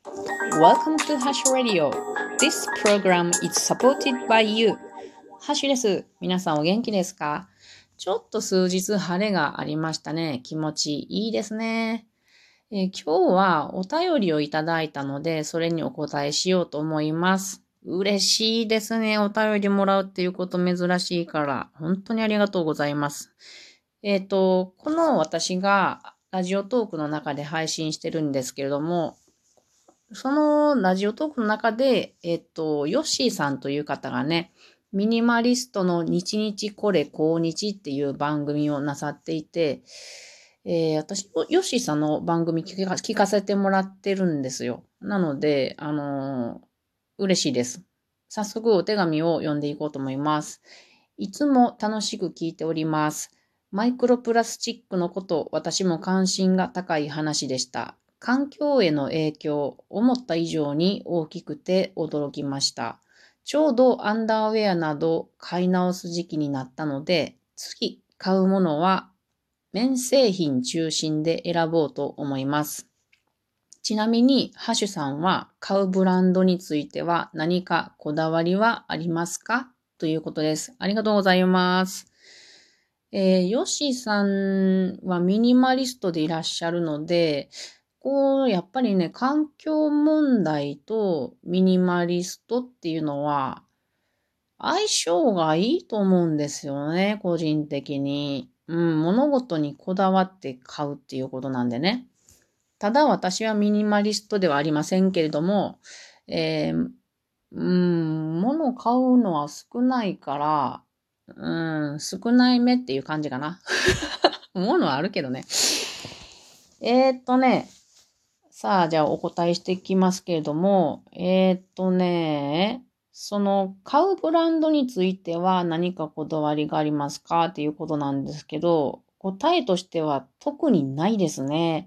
Welcome to Hash Radio. This program is supported by you. ハッシュです。皆さんお元気ですか？ちょっと数日晴れがありましたね。気持ちいいですね。今日はお便りをいただいたので、それにお答えしようと思います。嬉しいですね。お便りもらうっていうこと珍しいから、本当にありがとうございます。この私がラジオトークの中で配信してるんですけれども、そのラジオトークの中で、ヨッシーさんという方がね、ミニマリストの日日これ今日っていう番組をなさっていて、私、ヨッシーさんの番組聞かせてもらってるんですよ。なので、嬉しいです。早速お手紙を読んでいこうと思います。いつも楽しく聞いております。マイクロプラスチックのこと、私も関心が高い話でした。環境への影響、思った以上に大きくて驚きました。ちょうどアンダーウェアなど買い直す時期になったので、次買うものは綿製品中心で選ぼうと思います。ちなみに、ハシュさんは買うブランドについては何かこだわりはありますか？ということです。ありがとうございます。ヨッシーさんはミニマリストでいらっしゃるので、やっぱりね、環境問題とミニマリストっていうのは、相性がいいと思うんですよね、個人的に。物事にこだわって買うっていうことなんでね。ただ私はミニマリストではありませんけれども、物を買うのは少ないから、少ない目っていう感じかな。物はあるけどね。さあ、じゃあお答えしていきますけれども、その買うブランドについては何かこだわりがありますかっていうことなんですけど、答えとしては特にないですね。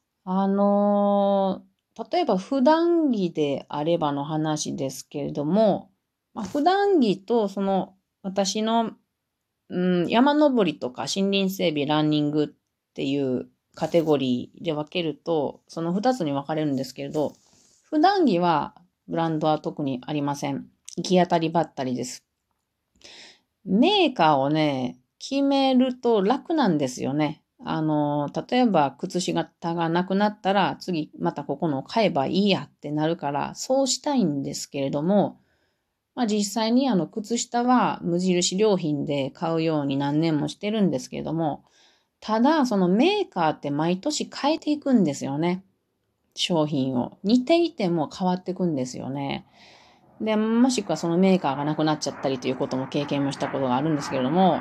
例えば普段着であればの話ですけれども、普段着とその私の、山登りとか森林整備、ランニングっていうカテゴリーで分けると、その2つに分かれるんですけれど、普段着はブランドは特にありません。行き当たりばったりです。メーカーをね、決めると楽なんですよね。例えば靴下がなくなったら次またここの買えばいいやってなるからそうしたいんですけれども、実際に靴下は無印良品で買うように何年もしてるんですけれども、ただそのメーカーって毎年変えていくんですよね。商品を。似ていても変わっていくんですよね。で、もしくはそのメーカーがなくなっちゃったりということも経験もしたことがあるんですけれども、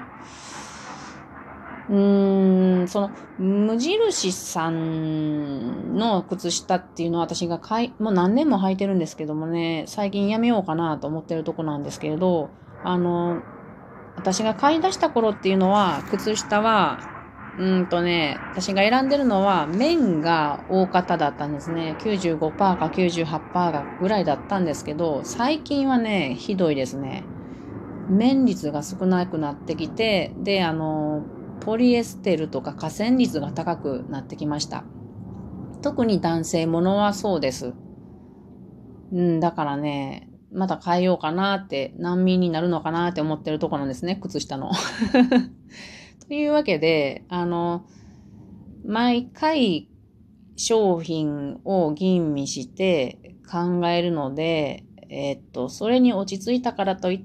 その無印さんの靴下っていうのは私がもう何年も履いてるんですけどもね、最近やめようかなと思ってるとこなんですけれど、私が買い出した頃っていうのは、靴下は、私が選んでるのは綿が大方だったんですね。95%か98%ぐらいだったんですけど、最近はね、ひどいですね。綿率が少なくなってきて、で、ポリエステルとか河川率が高くなってきました。特に男性ものはそうです。だからね、また変えようかなって、難民になるのかなって思ってるとこなんですね、靴下の。というわけで、毎回商品を吟味して考えるので、それに落ち着いたからといって、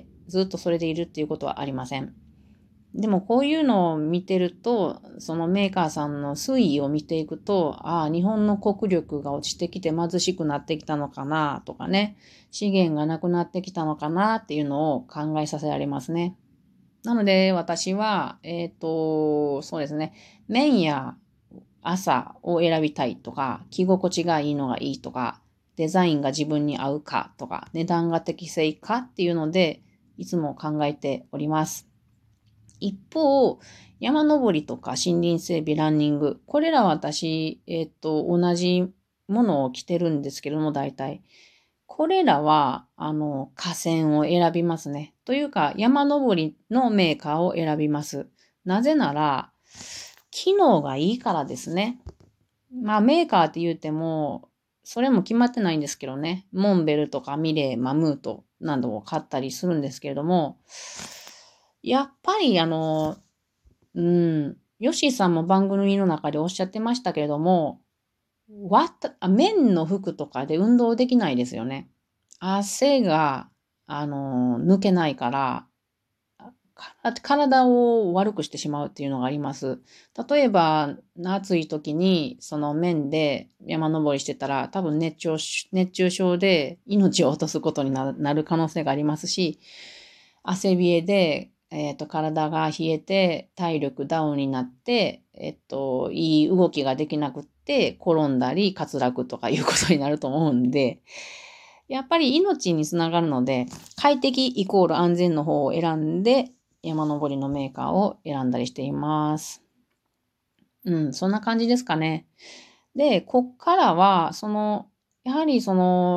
ずっとそれでいるっていうことはありません。でもこういうのを見てると、そのメーカーさんの推移を見ていくと、日本の国力が落ちてきて貧しくなってきたのかなとかね、資源がなくなってきたのかなっていうのを考えさせられますね。なので私は、そうですね、綿や朝を選びたいとか、着心地がいいのがいいとか、デザインが自分に合うかとか、値段が適正かっていうので、いつも考えております。一方、山登りとか森林整備、ランニング、これらは私、同じものを着てるんですけども、大体。これらは、河川を選びますね。というか、山登りのメーカーを選びます。なぜなら、機能がいいからですね。メーカーって言っても、 それも決まってないんですけどね。モンベルとかミレー、マムートなどを買ったりするんですけれども、やっぱりヨッシーさんも番組の中でおっしゃってましたけれども、綿の服とかで運動できないですよね。汗が、抜けないから、体を悪くしてしまうっていうのがあります。例えば、暑い時にその面で山登りしてたら、多分熱中症で命を落とすことになる可能性がありますし、汗冷えで、体が冷えて体力ダウンになって、いい動きができなくって、転んだり滑落とかいうことになると思うんで、やっぱり命につながるので、快適イコール安全の方を選んで、山登りのメーカーを選んだりしています。そんな感じですかね。で、こっからは、やはり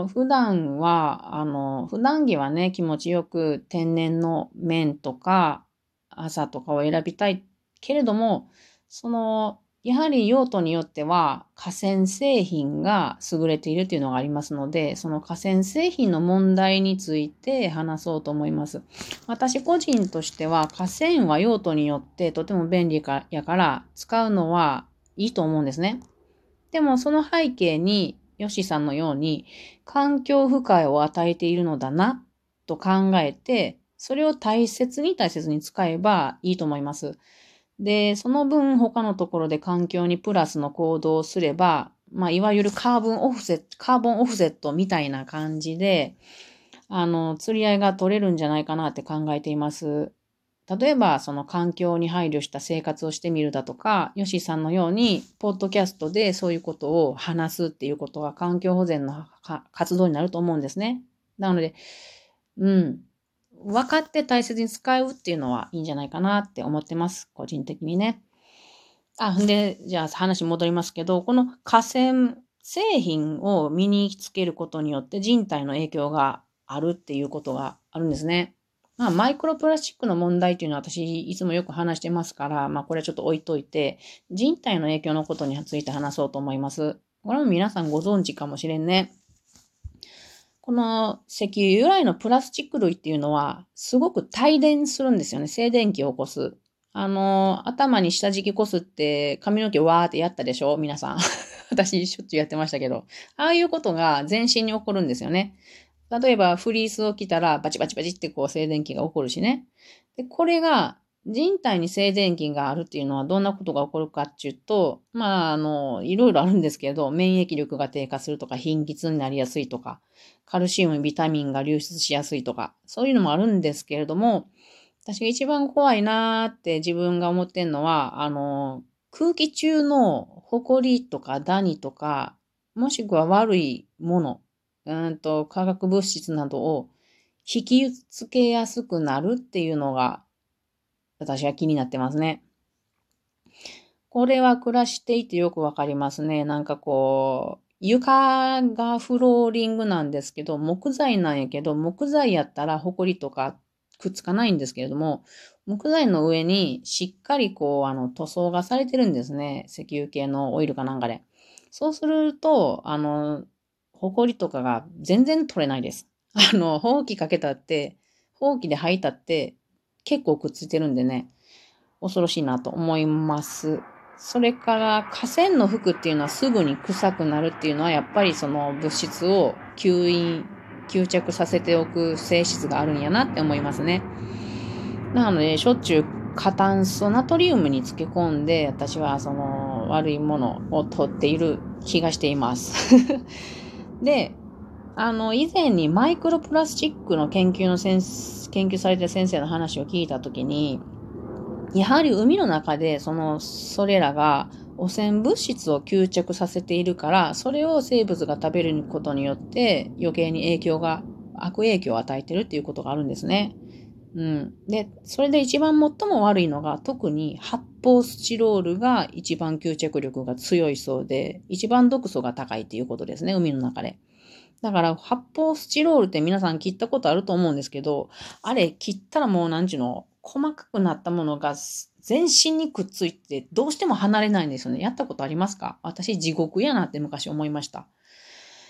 普段着はね、気持ちよく天然の綿とか朝とかを選びたいけれども、やはり用途によっては河川製品が優れているというのがありますので、その河川製品の問題について話そうと思います。私個人としては河川は用途によってとても便利やから使うのはいいと思うんですね。でもその背景に、ヨシさんのように環境負荷を与えているのだなと考えて、それを大切に使えばいいと思います。で、その分他のところで環境にプラスの行動をすれば、いわゆるカーボンオフセットみたいな感じで、釣り合いが取れるんじゃないかなって考えています。例えば、その環境に配慮した生活をしてみるだとか、ヨシさんのように、ポッドキャストでそういうことを話すっていうことは環境保全の活動になると思うんですね。なので、うん。分かって大切に使うっていうのはいいんじゃないかなって思ってます。個人的にね。じゃあ話戻りますけど、この河川製品を身につけることによって人体の影響があるっていうことがあるんですね。マイクロプラスチックの問題っていうのは私いつもよく話してますから、これはちょっと置いといて、人体の影響のことについて話そうと思います。これも皆さんご存知かもしれんね。この石油由来のプラスチック類っていうのは、すごく帯電するんですよね。静電気を起こす。頭に下敷きこすって髪の毛わーってやったでしょ皆さん。私しょっちゅうやってましたけど。ああいうことが全身に起こるんですよね。例えばフリースを着たらバチバチバチってこう静電気が起こるしね。で、これが人体に静電気があるっていうのはどんなことが起こるかっていうと、いろいろあるんですけど、免疫力が低下するとか、貧血になりやすいとか、カルシウム、ビタミンが流出しやすいとか、そういうのもあるんですけれども、私が一番怖いなーって自分が思ってんのは、空気中の埃とかダニとか、もしくは悪いもの、化学物質などを引きつけやすくなるっていうのが、私は気になってますね。これは暮らしていてよくわかりますね。なんかこう、床がフローリングなんですけど、木材なんやけど、木材やったら埃とかくっつかないんですけれども、木材の上にしっかりこう、塗装がされてるんですね。石油系のオイルかなんかで。そうすると、埃とかが全然取れないです。ほうきかけたって、ほうきで履いたって、結構くっついてるんでね、恐ろしいなと思います。それから河川の服っていうのはすぐに臭くなるっていうのはやっぱりその物質を吸着させておく性質があるんやなって思いますね。なのでしょっちゅう過炭素ナトリウムに漬け込んで私はその悪いものを取っている気がしています。で、以前にマイクロプラスチックの研究されてる先生の話を聞いたときに、やはり海の中でそれらが汚染物質を吸着させているから、それを生物が食べることによって余計に悪影響を与えているっていうことがあるんですね。で、それで一番最も悪いのが、特に発泡スチロールが一番吸着力が強いそうで、一番毒素が高いっていうことですね、海の中で。だから発泡スチロールって皆さん切ったことあると思うんですけど、あれ切ったらもう細かくなったものが全身にくっついてどうしても離れないんですよね。やったことありますか？私地獄やなって昔思いました。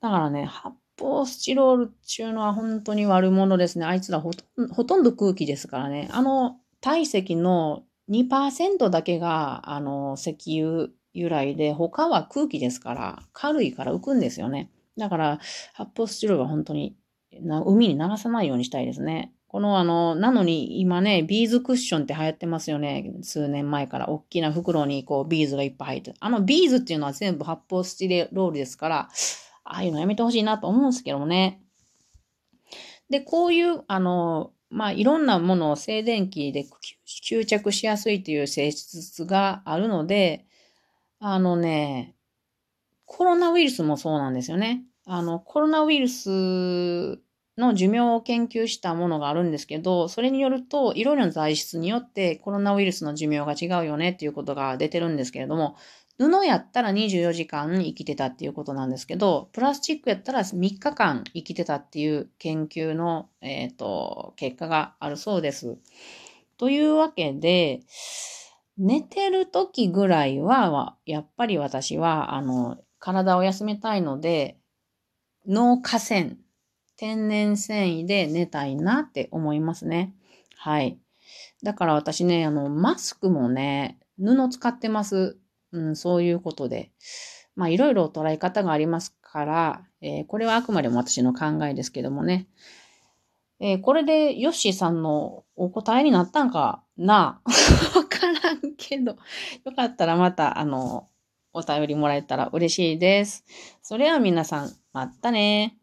だからね、発泡スチロールっていうのは本当に悪者ですね。あいつらほとんど空気ですからね。体積の2%だけが、石油由来で、他は空気ですから、軽いから浮くんですよね。だから、発泡スチロールは本当に海に流さないようにしたいですね。なのに今ね、ビーズクッションって流行ってますよね。数年前から。大きな袋にこうビーズがいっぱい入ってる。ビーズっていうのは全部発泡スチロールですから、ああいうのやめてほしいなと思うんですけどもね。で、こういう、いろんなものを静電気で吸着しやすいという性質があるので、あのね、コロナウイルスもそうなんですよね。コロナウイルスの寿命を研究したものがあるんですけど、それによると、いろいろな材質によってコロナウイルスの寿命が違うよねっていうことが出てるんですけれども、布やったら24時間生きてたっていうことなんですけど、プラスチックやったら3日間生きてたっていう研究の、結果があるそうです。というわけで、寝てる時ぐらいは、やっぱり私は、体を休めたいので、脳下腺、天然繊維で寝たいなって思いますね。はい。だから私ね、マスクもね、布使ってます。そういうことで。いろいろ捉え方がありますから、これはあくまでも私の考えですけどもね。これでヨッシーさんのお答えになったんかなわからんけど。よかったらまた、お便りもらえたら嬉しいです。それでは皆さん、またね。